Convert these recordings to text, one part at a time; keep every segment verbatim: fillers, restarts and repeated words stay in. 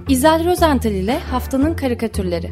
İzel Rozental ile Haftanın Karikatürleri.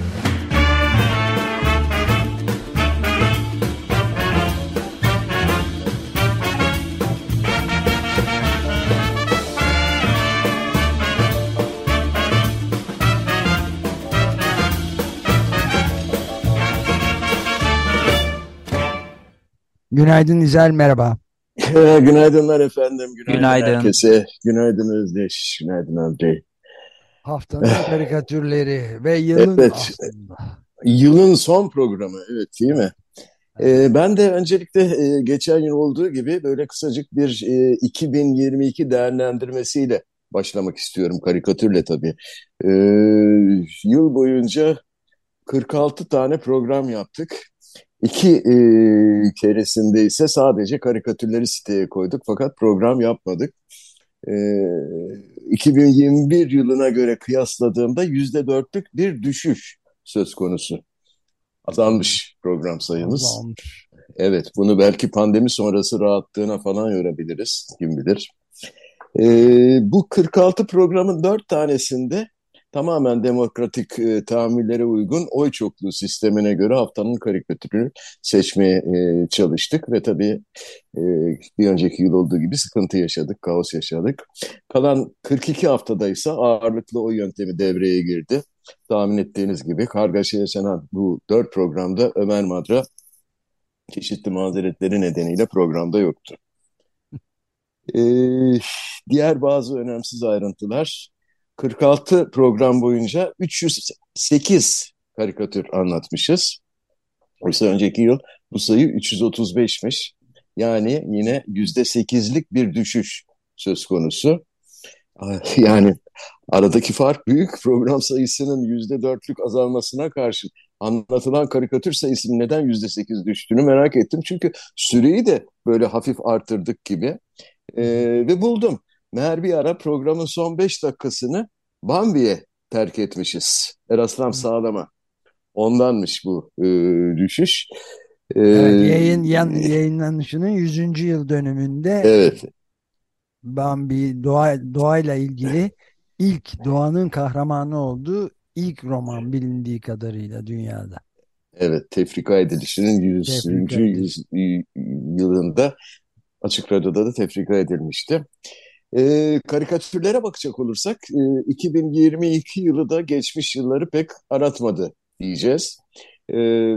Günaydın İzel, merhaba. Günaydınlar efendim, günaydın, Günaydın. herkese. Günaydın Özdeş, günaydın Andrei. Haftanın karikatürleri ve yılın Evet, aslında. yılın son programı, evet değil mi? Ee, ben de öncelikle e, geçen yıl olduğu gibi böyle kısacık bir e, iki bin yirmi iki değerlendirmesiyle başlamak istiyorum, karikatürle tabii. Ee, Yıl boyunca kırk altı tane program yaptık. İki e, keresinde ise sadece karikatürleri siteye koyduk fakat program yapmadık. E, iki bin yirmi bir yılına göre kıyasladığımda yüzde dörtlük bir düşüş söz konusu. Azalmış program sayımız. Azalmış. Evet, bunu belki pandemi sonrası rahatlığına falan yorabiliriz, kim bilir. E, Bu kırk altı programın dört tanesinde tamamen demokratik e, tahammüllere uygun oy çokluğu sistemine göre haftanın karikatürünü seçmeye e, çalıştık ve tabii e, bir önceki yıl olduğu gibi sıkıntı yaşadık, kaos yaşadık. Kalan kırk iki haftada ise ağırlıklı oy yöntemi devreye girdi. Tahmin ettiğiniz gibi kargaşa yaşanan bu dört programda Ömer Madra çeşitli mazeretleri nedeniyle programda yoktu. E, Diğer bazı önemsiz ayrıntılar: kırk altı program boyunca üç yüz sekiz karikatür anlatmışız. Oysa önceki yıl bu sayı üç yüz otuz beşmiş. Yani yine yüzde sekizlik bir düşüş söz konusu. Yani aradaki fark büyük. Program sayısının yüzde dörtlük azalmasına karşın anlatılan karikatür sayısının neden yüzde sekiz düştüğünü merak ettim. Çünkü süreyi de böyle hafif arttırdık gibi. Ee, ve buldum. Meğer bir ara programın son beş dakikasını Bambi'ye terk etmişiz. Eraslam Sağlam'a. Ondanmış bu e, düşüş. Ee, Evet, yayın yan, yayınlanışının yüzüncü yıl dönümünde evet, Bambi doğa, doğayla ilgili ilk doğanın kahramanı olduğu ilk roman bilindiği kadarıyla dünyada. evet. Tefrika edilişinin Tefrika yüzüncü edilir. yüz, yılında Açık Radyo'da da tefrika edilmişti. Ee, karikatürlere bakacak olursak e, iki bin yirmi iki yılı da geçmiş yılları pek aratmadı diyeceğiz. Ee,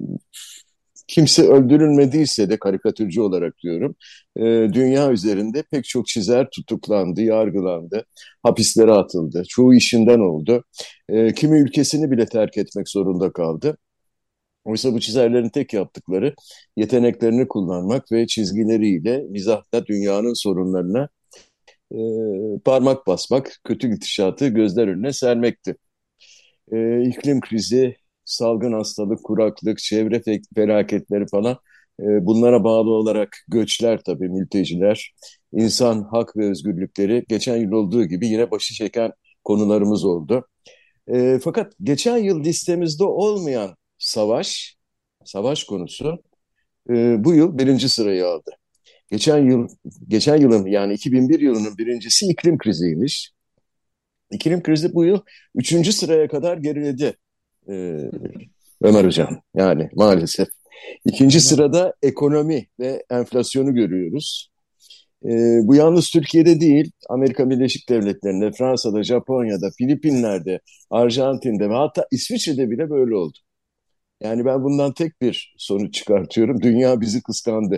Kimse öldürülmediyse de, karikatürcü olarak diyorum, e, dünya üzerinde pek çok çizer tutuklandı, yargılandı, hapislere atıldı. Çoğu işinden oldu. E, kimi ülkesini bile terk etmek zorunda kaldı. Oysa bu çizerlerin tek yaptıkları yeteneklerini kullanmak ve çizgileriyle mizahla dünyanın sorunlarına e, parmak basmak, kötü gidişatı gözler önüne sermekti. E, iklim krizi, salgın hastalık, kuraklık, çevre fe- felaketleri falan, e, bunlara bağlı olarak göçler, tabii mülteciler, insan hak ve özgürlükleri geçen yıl olduğu gibi yine başı çeken konularımız oldu. E, fakat geçen yıl listemizde olmayan savaş, savaş konusu e, bu yıl birinci sırayı aldı. Geçen yıl, geçen yılın yani iki bin bir yılının birincisi iklim kriziymiş. İklim krizi bu yıl üçüncü sıraya kadar geriledi. Ee, Ömer Hocam, yani maalesef. İkinci Evet. sırada ekonomi ve enflasyonu görüyoruz. Ee, bu yalnız Türkiye'de değil, Amerika Birleşik Devletleri'nde, Fransa'da, Japonya'da, Filipinler'de, Arjantin'de ve hatta İsviçre'de bile böyle oldu. Yani ben bundan tek bir sonuç çıkartıyorum: dünya bizi kıskandı.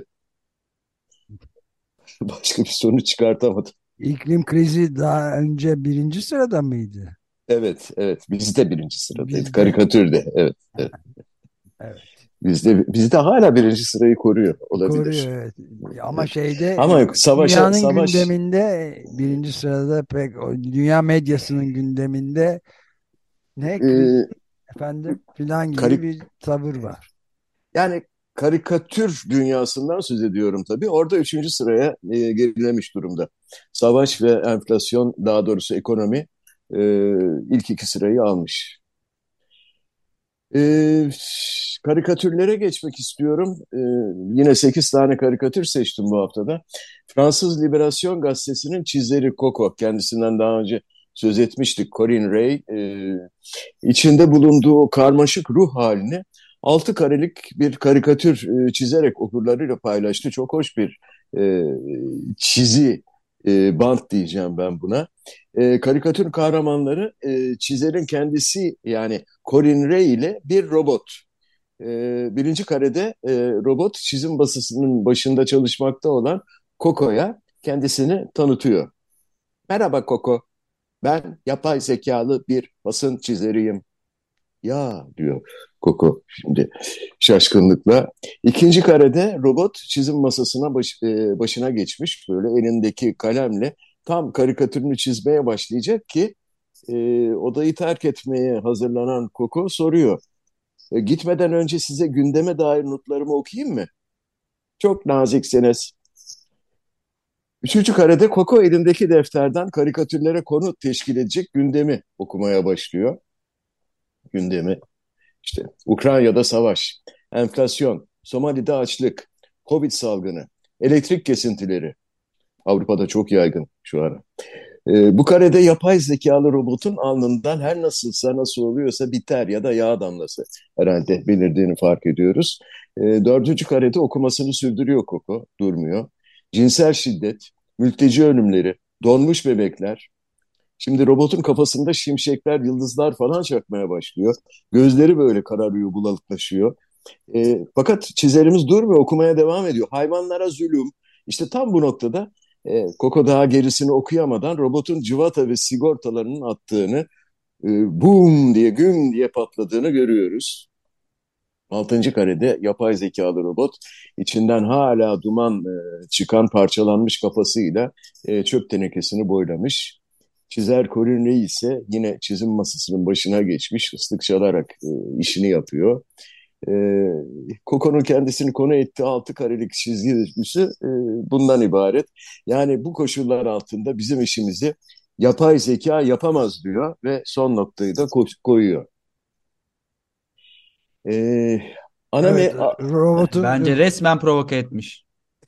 Başka bir sonuç çıkartamadım. İklim krizi daha önce birinci sırada mıydı? Evet, evet. Biz de birinci sıradaydı. Bizde. Karikatürde. Evet, evet. Evet. Bizde, bizde hala birinci sırayı koruyor Koruyor, olabilir. evet. Ama Evet. şeyde Ama savaşa, dünyanın savaş, gündeminde birinci sırada pek o dünya medyasının gündeminde ne kriz e, efendim filan gibi karik, bir tavır var. yani karikatür dünyasından söz ediyorum tabii. Orada üçüncü sıraya e, gerilemiş durumda. Savaş ve enflasyon, daha doğrusu ekonomi, e, ilk iki sırayı almış. Ee, Karikatürlere geçmek istiyorum. Ee, yine sekiz tane karikatür seçtim bu haftada. Fransız Liberasyon Gazetesi'nin çizeri Coco, kendisinden daha önce söz etmiştik. Corinne Ray e, içinde bulunduğu o karmaşık ruh halini altı karelik bir karikatür e, çizerek okurlarıyla paylaştı. Çok hoş bir e, çizi e, bant diyeceğim ben buna. E, karikatür kahramanları e, çizerin kendisi yani Corinne Ray ile bir robot. E, birinci karede e, robot çizim masasının başında çalışmakta olan Coco'ya kendisini tanıtıyor. Merhaba Coco, ben yapay zekalı bir basın çizeriyim. Ya diyor Coco şimdi şaşkınlıkla. İkinci karede robot çizim masasına baş, e, başına geçmiş böyle elindeki kalemle tam karikatürünü çizmeye başlayacak ki e, odayı terk etmeye hazırlanan Coco soruyor. E, gitmeden önce size gündeme dair notlarımı okuyayım mı? Çok naziksiniz. Üçüncü karede Coco elindeki defterden karikatürlere konu teşkil edecek gündemi okumaya başlıyor. Gündemi işte Ukrayna'da savaş, enflasyon, Somali'de açlık, Covid salgını, elektrik kesintileri. Avrupa'da çok yaygın şu ara. Ee, bu karede yapay zekalı robotun alnından her nasılsa nasıl oluyorsa biter ya da yağ damlası herhalde belirdiğini fark ediyoruz. Ee, dördüncü karede okumasını sürdürüyor Koko, durmuyor. Cinsel şiddet, mülteci ölümleri, donmuş bebekler. Şimdi robotun kafasında şimşekler, yıldızlar falan çakmaya başlıyor. Gözleri böyle kararıyor, bulanıklaşıyor. E, fakat çizerimiz durmuyor, okumaya devam ediyor. Hayvanlara zulüm. İşte tam bu noktada e, Koko daha gerisini okuyamadan robotun cıvata ve sigortalarının attığını, e, boom diye, güm diye patladığını görüyoruz. Altıncı karede yapay zekalı robot içinden hala duman e, çıkan parçalanmış kafasıyla e, çöp tenekesini boylamış. Çizer Corinne Ray ise yine çizim masasının başına geçmiş, ıslık çalarak e, işini yapıyor. E, Coco'nun kendisini konu ettiği altı karelik çizgi dizisi e, bundan ibaret. Yani bu koşullar altında bizim işimizi yapay zeka yapamaz diyor ve son noktayı da ko- koyuyor. E, ana Evet, me a- robotun Bence resmen provoke etmiş.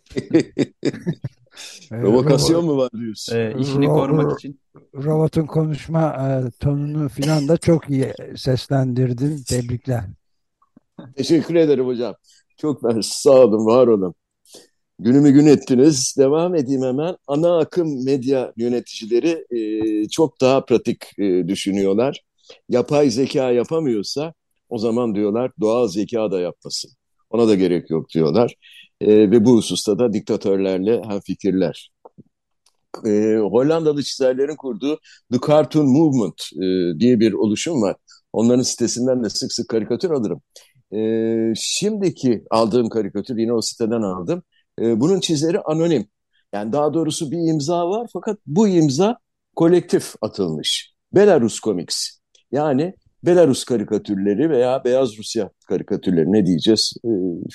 e, provokasyon robot, mu var diyorsun? Ee, işini ro- korumak ro- için. robotun konuşma e, tonunu filan da çok iyi seslendirdin. Tebrikler. Teşekkür ederim hocam. Çok mersi, sağ olun, var olun. Günümü gün ettiniz. Devam edeyim hemen. Ana akım medya yöneticileri e, çok daha pratik e, düşünüyorlar. Yapay zeka yapamıyorsa o zaman diyorlar doğal zeka da yapmasın. Ona da gerek yok diyorlar. E, ve bu hususta da diktatörlerle hemfikirler. E, Hollandalı çizerlerin kurduğu The Cartoon Movement e, diye bir oluşum var. Onların sitesinden de sık sık karikatür alırım. E, şimdiki aldığım karikatür yine o siteden aldım. E, bunun çizeri anonim. Yani daha doğrusu bir imza var fakat bu imza kolektif atılmış. Belarus Comics. Yani Belarus karikatürleri veya Beyaz Rusya karikatürleri ne diyeceğiz? E,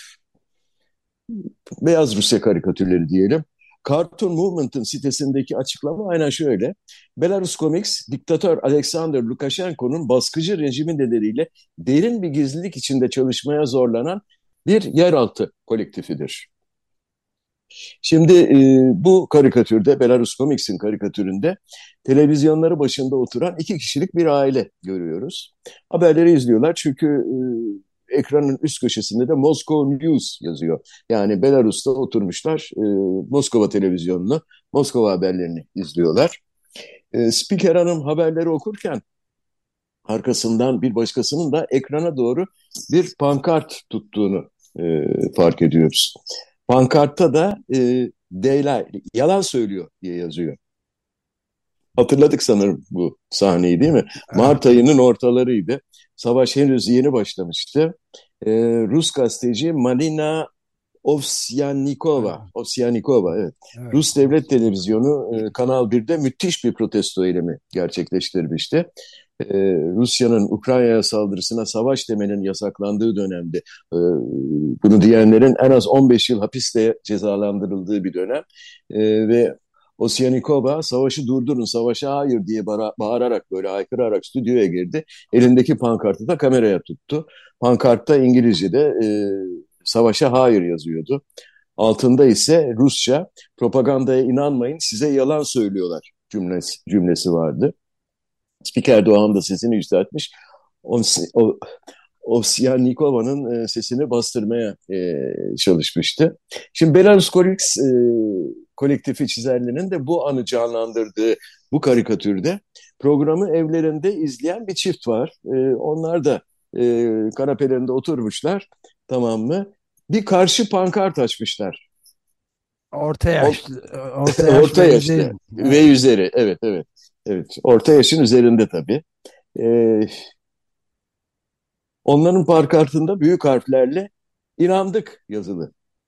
Beyaz Rusya karikatürleri diyelim. Cartoon Movement'ın sitesindeki açıklama aynen şöyle. Belarus Comics, diktatör Alexander Lukashenko'nun baskıcı rejimi nedeniyle derin bir gizlilik içinde çalışmaya zorlanan bir yeraltı kolektifidir. Şimdi e, bu karikatürde, Belarus Comics'in karikatüründe televizyonları başında oturan iki kişilik bir aile görüyoruz. Haberleri izliyorlar çünkü e, ekranın üst köşesinde de Moscow News yazıyor. Yani Belarus'ta oturmuşlar, e, Moskova televizyonunu, Moskova haberlerini izliyorlar. E, Spiker Hanım haberleri okurken arkasından bir başkasının da ekrana doğru bir pankart tuttuğunu e, fark ediyoruz. Pankartta da e, Deyla yalan söylüyor diye yazıyor. Hatırladık sanırım bu sahneyi değil mi? Evet. Mart ayının ortalarıydı. Savaş henüz yeni başlamıştı. E, Rus gazeteci Marina Ovsyannikova, Ovsyannikova evet. Evet. Rus Devlet Televizyonu e, Kanal birde müthiş bir protesto eylemi gerçekleştirmişti. E, Rusya'nın Ukrayna'ya saldırısına savaş demenin yasaklandığı dönemde e, bunu diyenlerin en az on beş yıl hapiste cezalandırıldığı bir dönem e, ve Ovsyannikova savaşı durdurun, savaşa hayır diye bağırarak böyle haykırarak stüdyoya girdi. Elindeki pankartı da kameraya tuttu. Pankartta İngilizce'de e, savaşa hayır yazıyordu. Altında ise Rusça propagandaya inanmayın size yalan söylüyorlar cümlesi, cümlesi vardı. Spiker Doğan da sesini yükseltmiş. O, o, Ovsyannikova'nın e, sesini bastırmaya e, çalışmıştı. Şimdi Belarus Komiks e, kolektifi çizerlerinin de bu anı canlandırdığı bu karikatürde programı evlerinde izleyen bir çift var. E, onlar da e, kanapelerinde oturmuşlar, tamam mı? Bir karşı pankart açmışlar. Orta O, yaşlı, orta yaş orta ve yaşta üzeri. ve Evet. üzeri, evet evet. Evet, orta yaşın üzerinde tabii. E, Onların pankartında büyük harflerle inandık yazılı.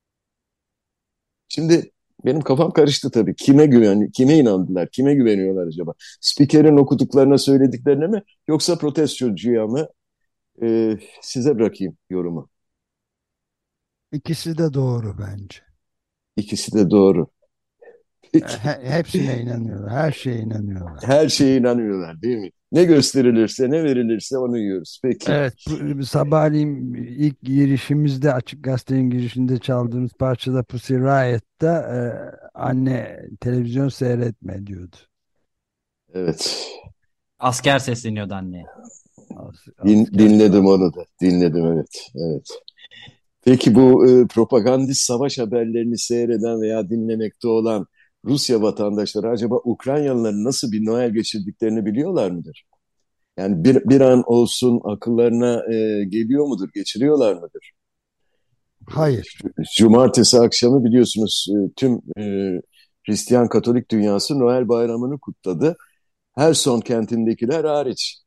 Şimdi benim kafam karıştı tabii. Kime güven, kime inandılar, kime güveniyorlar acaba? Spikerin okuduklarına, söylediklerine mi, yoksa protestocuya mı? Ee, size bırakayım yorumu. İkisi de doğru bence. İkisi de doğru. Peki. He- hepsine inanıyorlar. Her şeye inanıyorlar. Her şeye inanıyorlar, değil mi? Ne gösterilirse, ne verilirse onu yiyoruz. Peki. Evet, bu- sabahleyin ilk girişimizde, Açık Gazete'nin girişinde çaldığımız parçada Pussy Riot'ta e, anne televizyon seyretme diyordu. Evet. Asker sesleniyordu anneye. As- Din, asker dinledim sağ. onu da. Dinledim, evet. Evet. Peki bu e, propagandist savaş haberlerini seyreden veya dinlemekte olan Rusya vatandaşları acaba Ukraynalıların nasıl bir Noel geçirdiklerini biliyorlar mıdır? Yani bir, bir an olsun akıllarına e, geliyor mudur, geçiriyorlar mıdır? Hayır. Cumartesi akşamı biliyorsunuz e, tüm e, Hristiyan Katolik dünyası Noel bayramını kutladı. Herson kentindekiler hariç.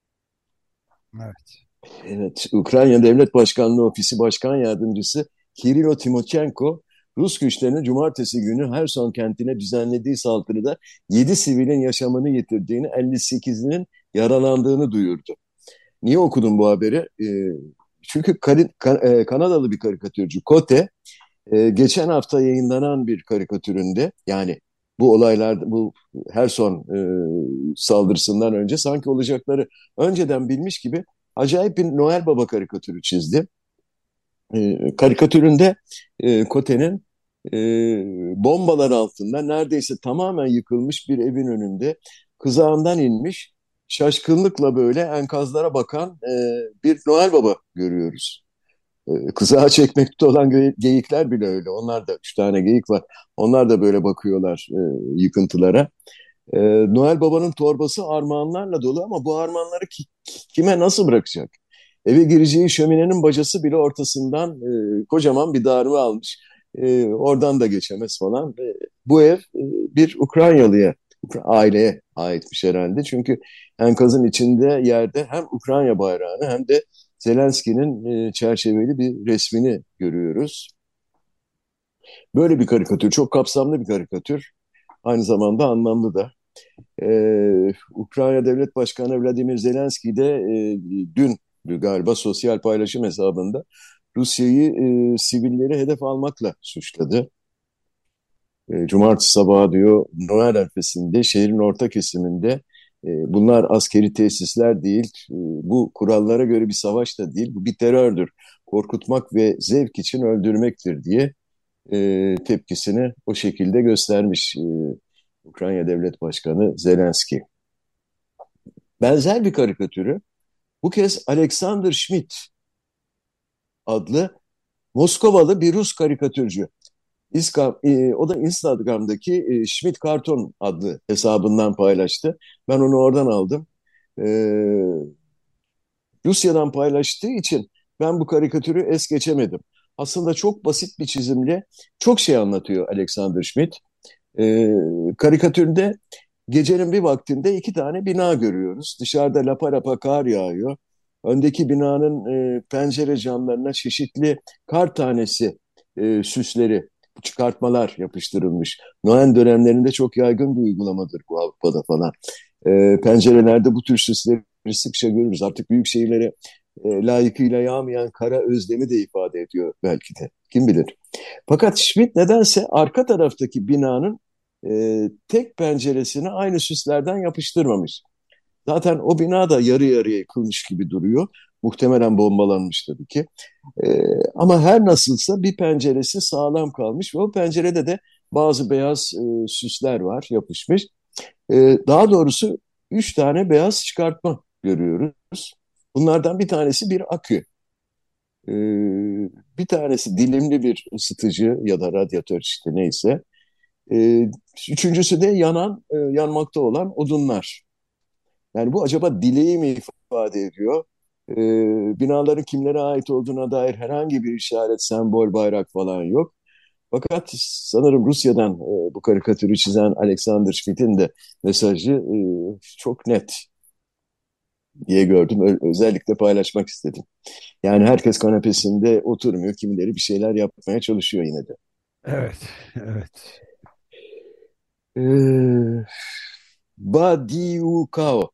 Evet. Evet, Ukrayna Devlet Başkanlığı Ofisi Başkan Yardımcısı Kirilo Timochenko, Rus güçlerinin cumartesi günü Herson kentine düzenlediği saldırıda yedi sivilin yaşamını yitirdiğini, elli sekizinin yaralandığını duyurdu. Niye okudum bu haberi? E, çünkü kan, kan, e, Kanadalı bir karikatürcü Kote, e, geçen hafta yayınlanan bir karikatüründe, yani bu olaylar, bu Herson e, saldırısından önce sanki olacakları önceden bilmiş gibi acayip bir Noel Baba karikatürü çizdi. E, karikatüründe e, Kote'nin e, bombalar altında neredeyse tamamen yıkılmış bir evin önünde kızağından inmiş, şaşkınlıkla böyle enkazlara bakan e, bir Noel Baba görüyoruz. E, kızağa çekmekte olan ge- geyikler bile öyle. Onlar da üç tane geyik var. Onlar da böyle bakıyorlar e, yıkıntılara. E, Noel Baba'nın torbası armağanlarla dolu ama bu armağanları ki- kime nasıl bırakacak? Eve gireceği şöminenin bacası bile ortasından e, kocaman bir darbe almış. E, oradan da geçemez falan. E, bu ev e, bir Ukraynalıya, Ukra- aileye aitmiş herhalde. Çünkü enkazın içinde yerde hem Ukrayna bayrağını hem de Zelenski'nin e, çerçeveli bir resmini görüyoruz. Böyle bir karikatür, çok kapsamlı bir karikatür. Aynı zamanda anlamlı da. Ee, Ukrayna Devlet Başkanı Vladimir Zelenski de e, dün galiba sosyal paylaşım hesabında Rusya'yı e, sivilleri hedef almakla suçladı. E, Cumartesi sabahı diyor, Noel arifesinde şehrin orta kesiminde e, bunlar askeri tesisler değil, e, bu kurallara göre bir savaş da değil, bu bir terördür. Korkutmak ve zevk için öldürmektir diye e, tepkisini o şekilde göstermiş e, Ukrayna Devlet Başkanı Zelenski. Benzer bir karikatürü bu kez Alexander Schmidt adlı Moskovalı bir Rus karikatürcü. İska, e, o da Instagram'daki e, Schmidt Karton adlı hesabından paylaştı. Ben onu oradan aldım. E, Rusya'dan paylaştığı için ben bu karikatürü es geçemedim. Aslında çok basit bir çizimle çok şey anlatıyor Alexander Schmidt. E, karikatürde gecenin bir vaktinde iki tane bina görüyoruz. Dışarıda lapa lapa kar yağıyor. Öndeki binanın e, pencere camlarına çeşitli kar tanesi e, süsleri, çıkartmalar yapıştırılmış. Noel dönemlerinde çok yaygın bir uygulamadır bu Avrupa'da falan. E, pencerelerde bu tür süsleri sıkça görürüz. Artık büyük şehirlere e, layıkıyla yağmayan kara özlemi de ifade ediyor belki de. Kim bilir. Fakat Schmidt nedense arka taraftaki binanın e, tek penceresine aynı süslerden yapıştırmamış. Zaten o bina da yarı yarıya yıkılmış gibi duruyor. Muhtemelen bombalanmış tabii ki. E, ama her nasılsa bir penceresi sağlam kalmış ve o pencerede de bazı beyaz e, süsler var yapışmış. E, daha doğrusu üç tane beyaz çıkartma görüyoruz. Bunlardan bir tanesi bir akü. Ee, Bir tanesi dilimli bir ısıtıcı ya da radyatör işte neyse. Ee, Üçüncüsü de yanan, e, yanmakta olan odunlar. Yani bu acaba dileği mi ifade ediyor? Ee, Binaların kimlere ait olduğuna dair herhangi bir işaret, sembol, bayrak falan yok. Fakat sanırım Rusya'dan e, bu karikatürü çizen Alexander Schmidt'in de mesajı e, çok net diye gördüm. Ö- özellikle paylaşmak istedim. Yani herkes kanepesinde oturmuyor. Kimileri bir şeyler yapmaya çalışıyor yine de. Evet, evet. Ee, Badiou Kao.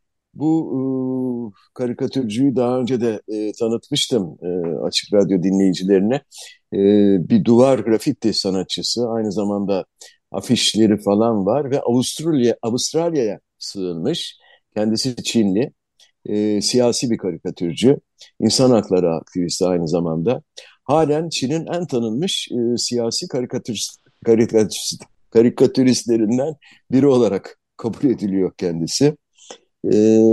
Bu e, karikatürcüyü daha önce de e, tanıtmıştım e, Açık Radyo dinleyicilerine. E, Bir duvar grafiti sanatçısı, aynı zamanda afişleri falan var ve Avustralya Avustralya'ya sığınmış. Kendisi Çinli, e, siyasi bir karikatürcü, insan hakları aktivisti aynı zamanda. Halen Çin'in en tanınmış e, siyasi karikatürist, karikatürist, karikatüristlerinden biri olarak kabul ediliyor kendisi. E,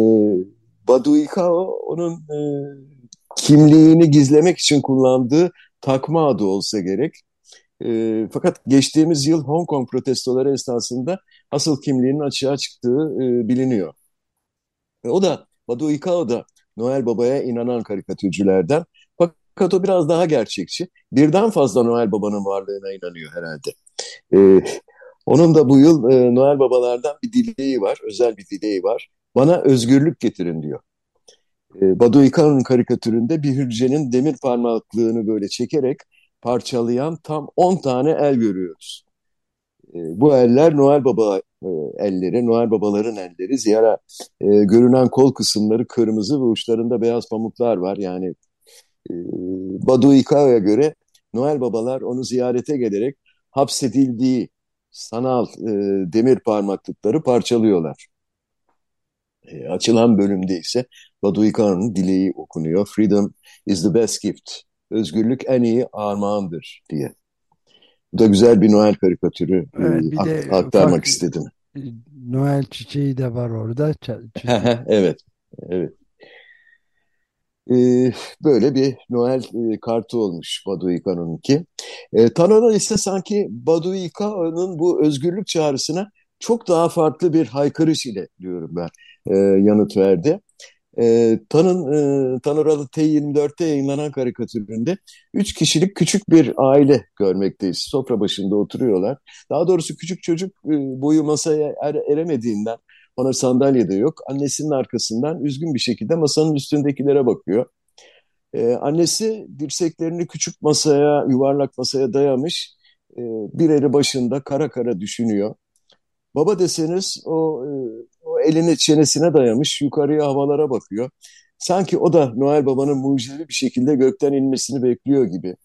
Baduikao onun e, kimliğini gizlemek için kullandığı takma adı olsa gerek. E, fakat geçtiğimiz yıl Hong Kong protestoları esnasında asıl kimliğinin açığa çıktığı e, biliniyor. E, o da Baduikao da Noel Baba'ya inanan karikatürcülerden. Fakat o biraz daha gerçekçi. Birden fazla Noel Baba'nın varlığına inanıyor herhalde. E, Onun da bu yıl e, Noel Babalardan bir dileği var, özel bir dileği var. Bana özgürlük getirin diyor. E, Badu İkan'ın karikatüründe bir hücrenin demir parmaklığını böyle çekerek parçalayan tam on tane el görüyoruz. E, bu eller Noel Baba e, elleri, Noel Babaların elleri. Ziyara e, görünen kol kısımları kırmızı ve uçlarında beyaz pamuklar var. Yani e, Badu İkan'a göre Noel Babalar onu ziyarete gelerek hapsedildiği sanal e, demir parmaklıkları parçalıyorlar. E, açılan bölümde ise Baduikan'ın dileği okunuyor. Freedom is the best gift. Özgürlük en iyi armağandır diye. Bu da güzel bir Noel karikatürü e, Evet, bir akt- de aktarmak ufak istedim. e, Noel çiçeği de var orada. Ça- çiçek. Evet, evet. E, Böyle bir Noel e, kartı olmuş Baduikan'ınki. E, Tanrı ise sanki Baduikan'ın bu özgürlük çağrısına çok daha farklı bir haykırış ile diyorum ben e, yanıt verdi. E, Tan'ın e, Tanıralı T yirmi dörtte yayınlanan karikatüründe üç kişilik küçük bir aile görmekteyiz. Sofra başında oturuyorlar. Daha doğrusu küçük çocuk e, boyu masaya er, eremediğinden ona sandalye de yok. Annesinin arkasından üzgün bir şekilde masanın üstündekilere bakıyor. E, annesi dirseklerini küçük masaya, yuvarlak masaya dayamış. E, Bir eli başında kara kara düşünüyor. Baba deseniz o, e, o elini çenesine dayamış yukarıya havalara bakıyor. Sanki o da Noel Baba'nın mucizevi bir şekilde gökten inmesini bekliyor gibi.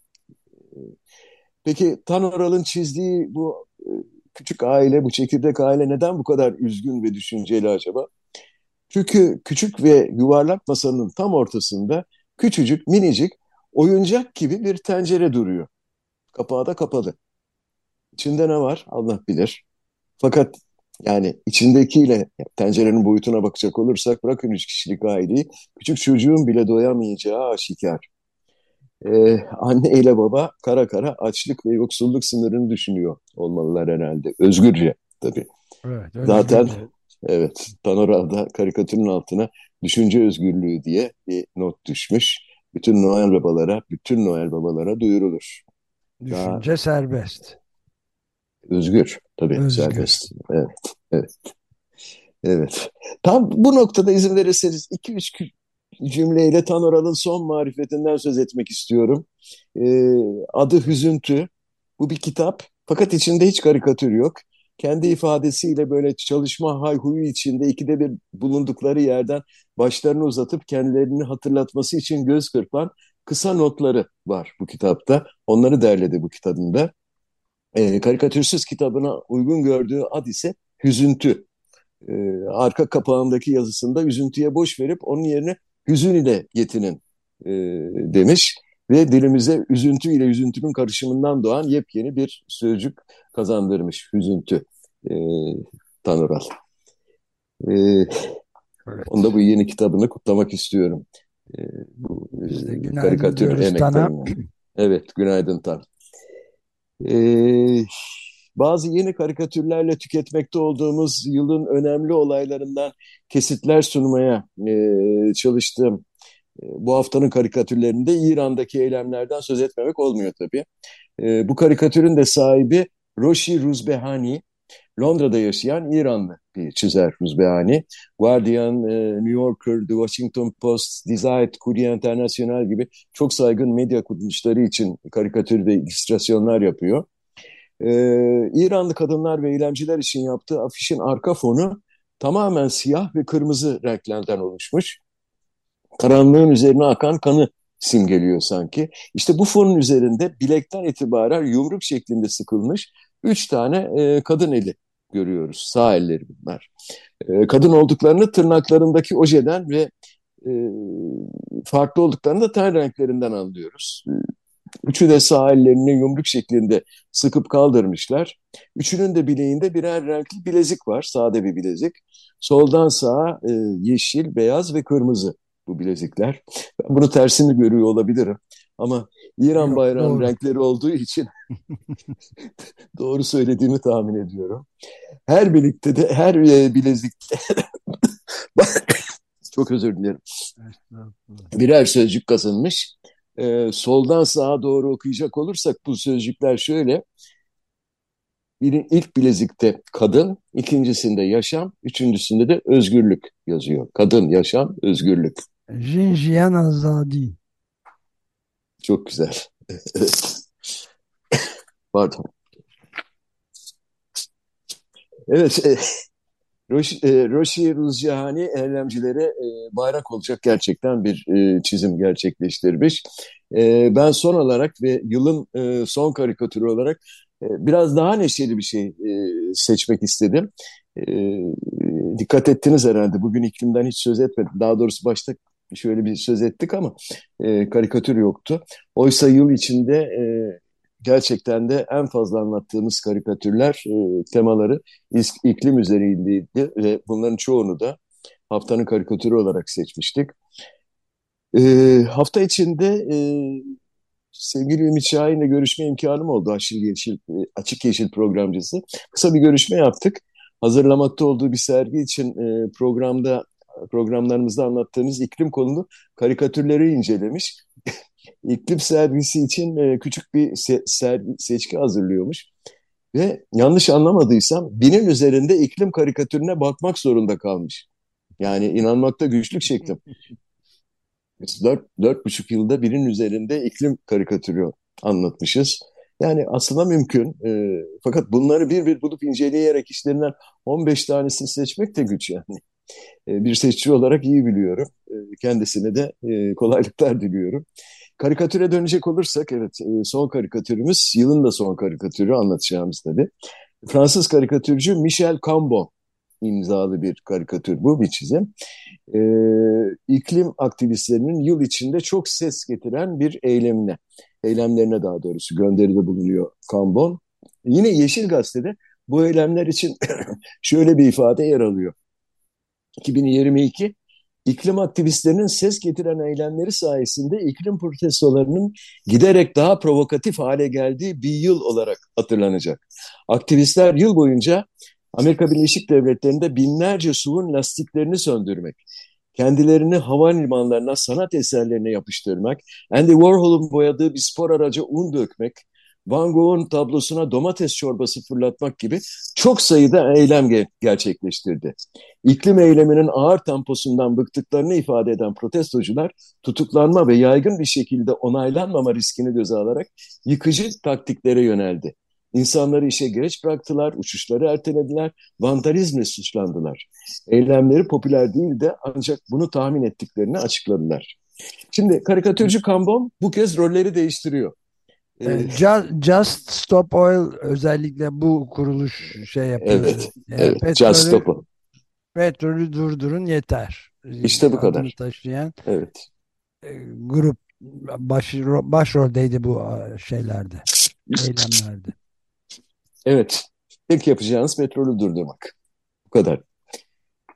Peki Tanoral'ın çizdiği bu e, küçük aile, bu çekirdek aile neden bu kadar üzgün ve düşünceli acaba? Çünkü küçük ve yuvarlak masanın tam ortasında küçücük, minicik, oyuncak gibi bir tencere duruyor. Kapağı da kapalı. İçinde ne var? Allah bilir. Fakat yani içindekiyle tencerenin boyutuna bakacak olursak bırakın üç kişilik aileyi küçük çocuğun bile doyamayacağı aşikar. Ee, anne ile baba kara kara açlık ve yoksulluk sınırını düşünüyor olmalılar herhalde. Özgürce tabii. Evet, Zaten özgürce. evet Panora'da karikatürün altına düşünce özgürlüğü diye bir not düşmüş. Bütün Noel babalara, bütün Noel babalara duyurulur. Daha Düşünce serbest. özgür tabii Özgür. serbest. Evet, evet. Evet. Tam bu noktada izin verirseniz iki üç cümleyle Tanora'nın son marifetinden söz etmek istiyorum. Ee, Adı Hüzüntü. Bu bir kitap fakat içinde hiç karikatür yok. Kendi ifadesiyle böyle çalışma hayhuyu içinde ikide bir bulundukları yerden başlarını uzatıp kendilerini hatırlatması için göz kırpan kısa notları var bu kitapta. Onları derledi bu kitabında. Ee, karikatürsüz kitabına uygun gördüğü ad ise Hüzüntü. E, arka kapağındaki yazısında üzüntüye boş verip onun yerine hüzün ile yetinin e, demiş ve dilimize üzüntü ile üzüntünün karışımından doğan yepyeni bir sözcük kazandırmış hüzüntü e, Tanrıral. Ee, Onu da Evet. bu yeni kitabını kutlamak istiyorum. Ee, bu Biz de e, günaydın karikatür diyoruz Tan'a. emeklerinden. Evet, günaydın Tan. Ee, Bazı yeni karikatürlerle tüketmekte olduğumuz yılın önemli olaylarından kesitler sunmaya e, çalıştım. E, Bu haftanın karikatürlerinde İran'daki eylemlerden söz etmemek olmuyor tabii. E, bu karikatürün de sahibi Roshi Ruzbehani, Londra'da yaşayan İranlı bir çizer Ruzbehani. Guardian, e, New Yorker, The Washington Post, Desired, Courrier International gibi çok saygın medya kuruluşları için karikatür ve illüstrasyonlar yapıyor. Ee, İranlı kadınlar ve eylemciler için yaptığı afişin arka fonu tamamen siyah ve kırmızı renklerden oluşmuş. Karanlığın üzerine akan kanı simgeliyor sanki. İşte bu fonun üzerinde bilekten itibaren yumruk şeklinde sıkılmış üç tane e, kadın eli görüyoruz. Sağ elleri bunlar. E, kadın olduklarını tırnaklarındaki ojeden ve e, farklı olduklarını da ten renklerinden anlıyoruz. Üçü de sağ ellerini yumruk şeklinde sıkıp kaldırmışlar. Üçünün de bileğinde birer renkli bilezik var, sade bir bilezik. Soldan sağa e, yeşil, beyaz ve kırmızı bu bilezikler. Ben bunu tersini görüyor olabilirim. Ama İran Yok, bayrağının doğru. renkleri olduğu için doğru söylediğimi tahmin ediyorum. Her birlikte de her e, bilezikte çok özür dilerim. Estağfurullah. Birer sözcük kazınmış. E, soldan sağa doğru okuyacak olursak bu sözcükler şöyle. Biri ilk bilezikte kadın, ikincisinde yaşam, üçüncüsünde de özgürlük yazıyor. Kadın, yaşam, özgürlük. Jinjiyan Azadi. Çok güzel. Pardon. Evet, e, Roş, e, Roşi Ruzcahani eylemcilere e, bayrak olacak gerçekten bir e, çizim gerçekleştirmiş. E, ben son olarak ve yılın e, son karikatürü olarak e, biraz daha neşeli bir şey e, seçmek istedim. E, Dikkat ettiniz herhalde. Bugün iklimden hiç söz etmedim. Daha doğrusu başta şöyle bir söz ettik ama e, karikatür yoktu. Oysa yıl içinde e, gerçekten de en fazla anlattığımız karikatürler, e, temaları iklim üzerindeydi ve bunların çoğunu da haftanın karikatürü olarak seçmiştik. E, hafta içinde e, sevgili Ümit Şahin'le görüşme imkanım oldu. Aşil Yeşil, e, Açık Yeşil programcısı. Kısa bir görüşme yaptık. Hazırlamakta olduğu bir sergi için e, programda programlarımızda anlattığımız iklim konulu karikatürleri incelemiş. İklim sergisi için e, küçük bir se sergi, seçki hazırlıyormuş. Ve yanlış anlamadıysam binin üzerinde iklim karikatürüne bakmak zorunda kalmış. Yani inanmakta güçlük çektim. Biz dört, dört buçuk yılda birinin üzerinde iklim karikatürü anlatmışız. Yani aslında mümkün. E, fakat bunları bir bir bulup inceleyerek işlerinden on beş tanesini seçmek de güç yani. E, bir seçici olarak iyi biliyorum. E, kendisine de e, kolaylıklar diliyorum. Karikatüre dönecek olursak, evet, e, son karikatürümüz, yılın da son karikatürü anlatacağımız tabii. Fransız karikatürcü Michel Cambon imzalı bir karikatür bu, bir çizim. Ee, iklim aktivistlerinin yıl içinde çok ses getiren bir eylemine, eylemlerine daha doğrusu gönderide bulunuyor Cambon. Yine Yeşil Gazete'de bu eylemler için şöyle bir ifade yer alıyor. iki bin yirmi iki iklim aktivistlerinin ses getiren eylemleri sayesinde iklim protestolarının giderek daha provokatif hale geldiği bir yıl olarak hatırlanacak. Aktivistler yıl boyunca Amerika Birleşik Devletleri'nde binlerce SUV'un lastiklerini söndürmek, kendilerini havalimanlarına, sanat eserlerine yapıştırmak, Andy Warhol'un boyadığı bir spor araca un dökmek, Van Gogh'un tablosuna domates çorbası fırlatmak gibi çok sayıda eylem ge- gerçekleştirdi. İklim eyleminin ağır temposundan bıktıklarını ifade eden protestocular tutuklanma ve yaygın bir şekilde onaylanmama riskini göze alarak yıkıcı taktiklere yöneldi. İnsanları işe geç bıraktılar, uçuşları ertelediler, vandalizmle suçlandılar. Eylemleri popüler değil de ancak bunu tahmin ettiklerini açıkladılar. Şimdi karikatürcü Cambon bu kez rolleri değiştiriyor. Ee, E, Just, Just Stop Oil özellikle bu kuruluş şey yapıyor. evet, Yani evet, Just petrolü Stop'u. petrolü durdurun yeter. İşte bu Adını kadar. taşıyan Evet. e, grup baş, başroldeydi bu e, şeylerde, eylemlerde. Evet. Tek yapacağınız petrolü durdurmak. Bu kadar.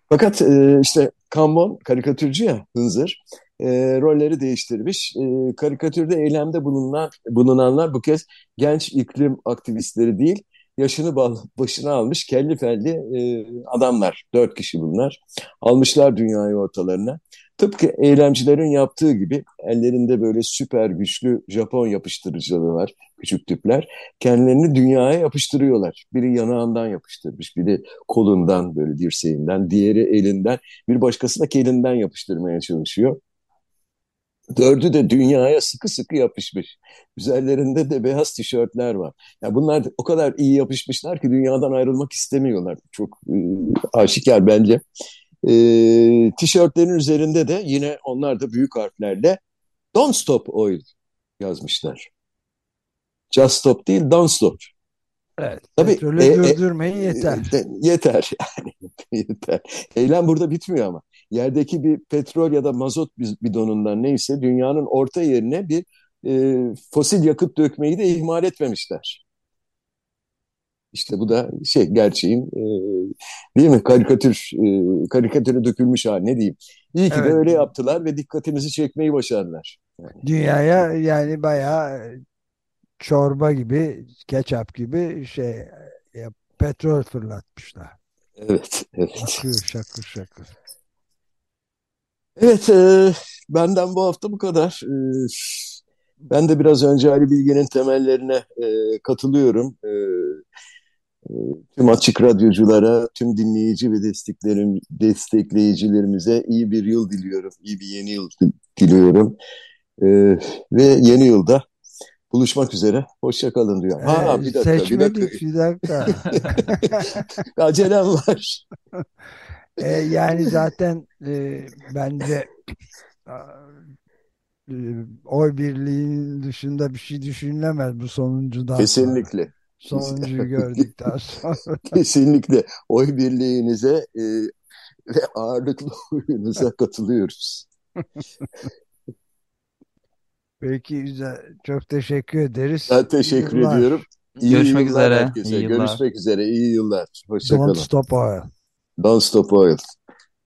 Fakat e, işte Kambon karikatürcü ya Hınzır e, rolleri değiştirmiş. E, karikatürde eylemde bulunan, bulunanlar bu kez genç iklim aktivistleri değil, yaşını bal- başına almış kelli felli e, adamlar. Dört kişi bunlar. Almışlar dünyayı ortalarına. Tıpkı eylemcilerin yaptığı gibi ellerinde böyle süper güçlü Japon yapıştırıcıları var, küçük tüpler. Kendilerini dünyaya yapıştırıyorlar. Biri yanağından yapıştırmış, biri kolundan böyle dirseğinden, diğeri elinden, bir başkası da elinden yapıştırmaya çalışıyor. Dördü de dünyaya sıkı sıkı yapışmış. Üzerlerinde de beyaz tişörtler var. Ya bunlar o kadar iyi yapışmışlar ki dünyadan ayrılmak istemiyorlar. Çok e, aşikar bence. E, tişörtlerin üzerinde de yine onlar da büyük harflerle Don't Stop Oil yazmışlar. Just Stop değil, Don't Stop. Evet, Tabii e, petrolü e, durdurmayın yeter. e, yeter yani yeter. Eylem burada bitmiyor ama. Yerdeki bir petrol ya da mazot bidonundan neyse dünyanın orta yerine bir e, fosil yakıt dökmeyi de ihmal etmemişler. İşte bu da şey gerçeğin e, değil mi karikatür e, karikatüre dökülmüş hali ne diyeyim. İyi ki de Evet, öyle yaptılar ve dikkatimizi çekmeyi başardılar. Yani, dünyaya yani bayağı çorba gibi, ketçap gibi şey ya, petrol fırlatmışlar. evet, evet. Akıyor şakır şakır. Evet, e, benden bu hafta bu kadar. E, ben de biraz önce Ali Bilge'nin temellerine e, katılıyorum. E, e, tüm açık radyoculara, tüm dinleyici ve desteklerim, destekleyicilerimize iyi bir yıl diliyorum. İyi bir yeni yıl diliyorum. E, ve yeni yılda buluşmak üzere. Hoşça kalın diyorum. Ee, Ha bir dakika, bir dakika. seçmedik bir dakika. Acelem var. Ee, yani zaten e, bence e, oy birliğinin dışında bir şey düşünülemez bu sonuncudan sonra. Kesinlikle. Sonuncuyu gördükten sonra. Kesinlikle oy birliğinize e, ve ağırlıklı oyunuza katılıyoruz. Peki güzel. Çok teşekkür ederiz. Ben İyi teşekkür ediyorum. yıllar. İyi Görüşmek yıllar üzere. İyi herkese. yıllar. Görüşmek üzere. İyi yıllar. Don't Hoşçakalın. stop oil. Don't stop oil.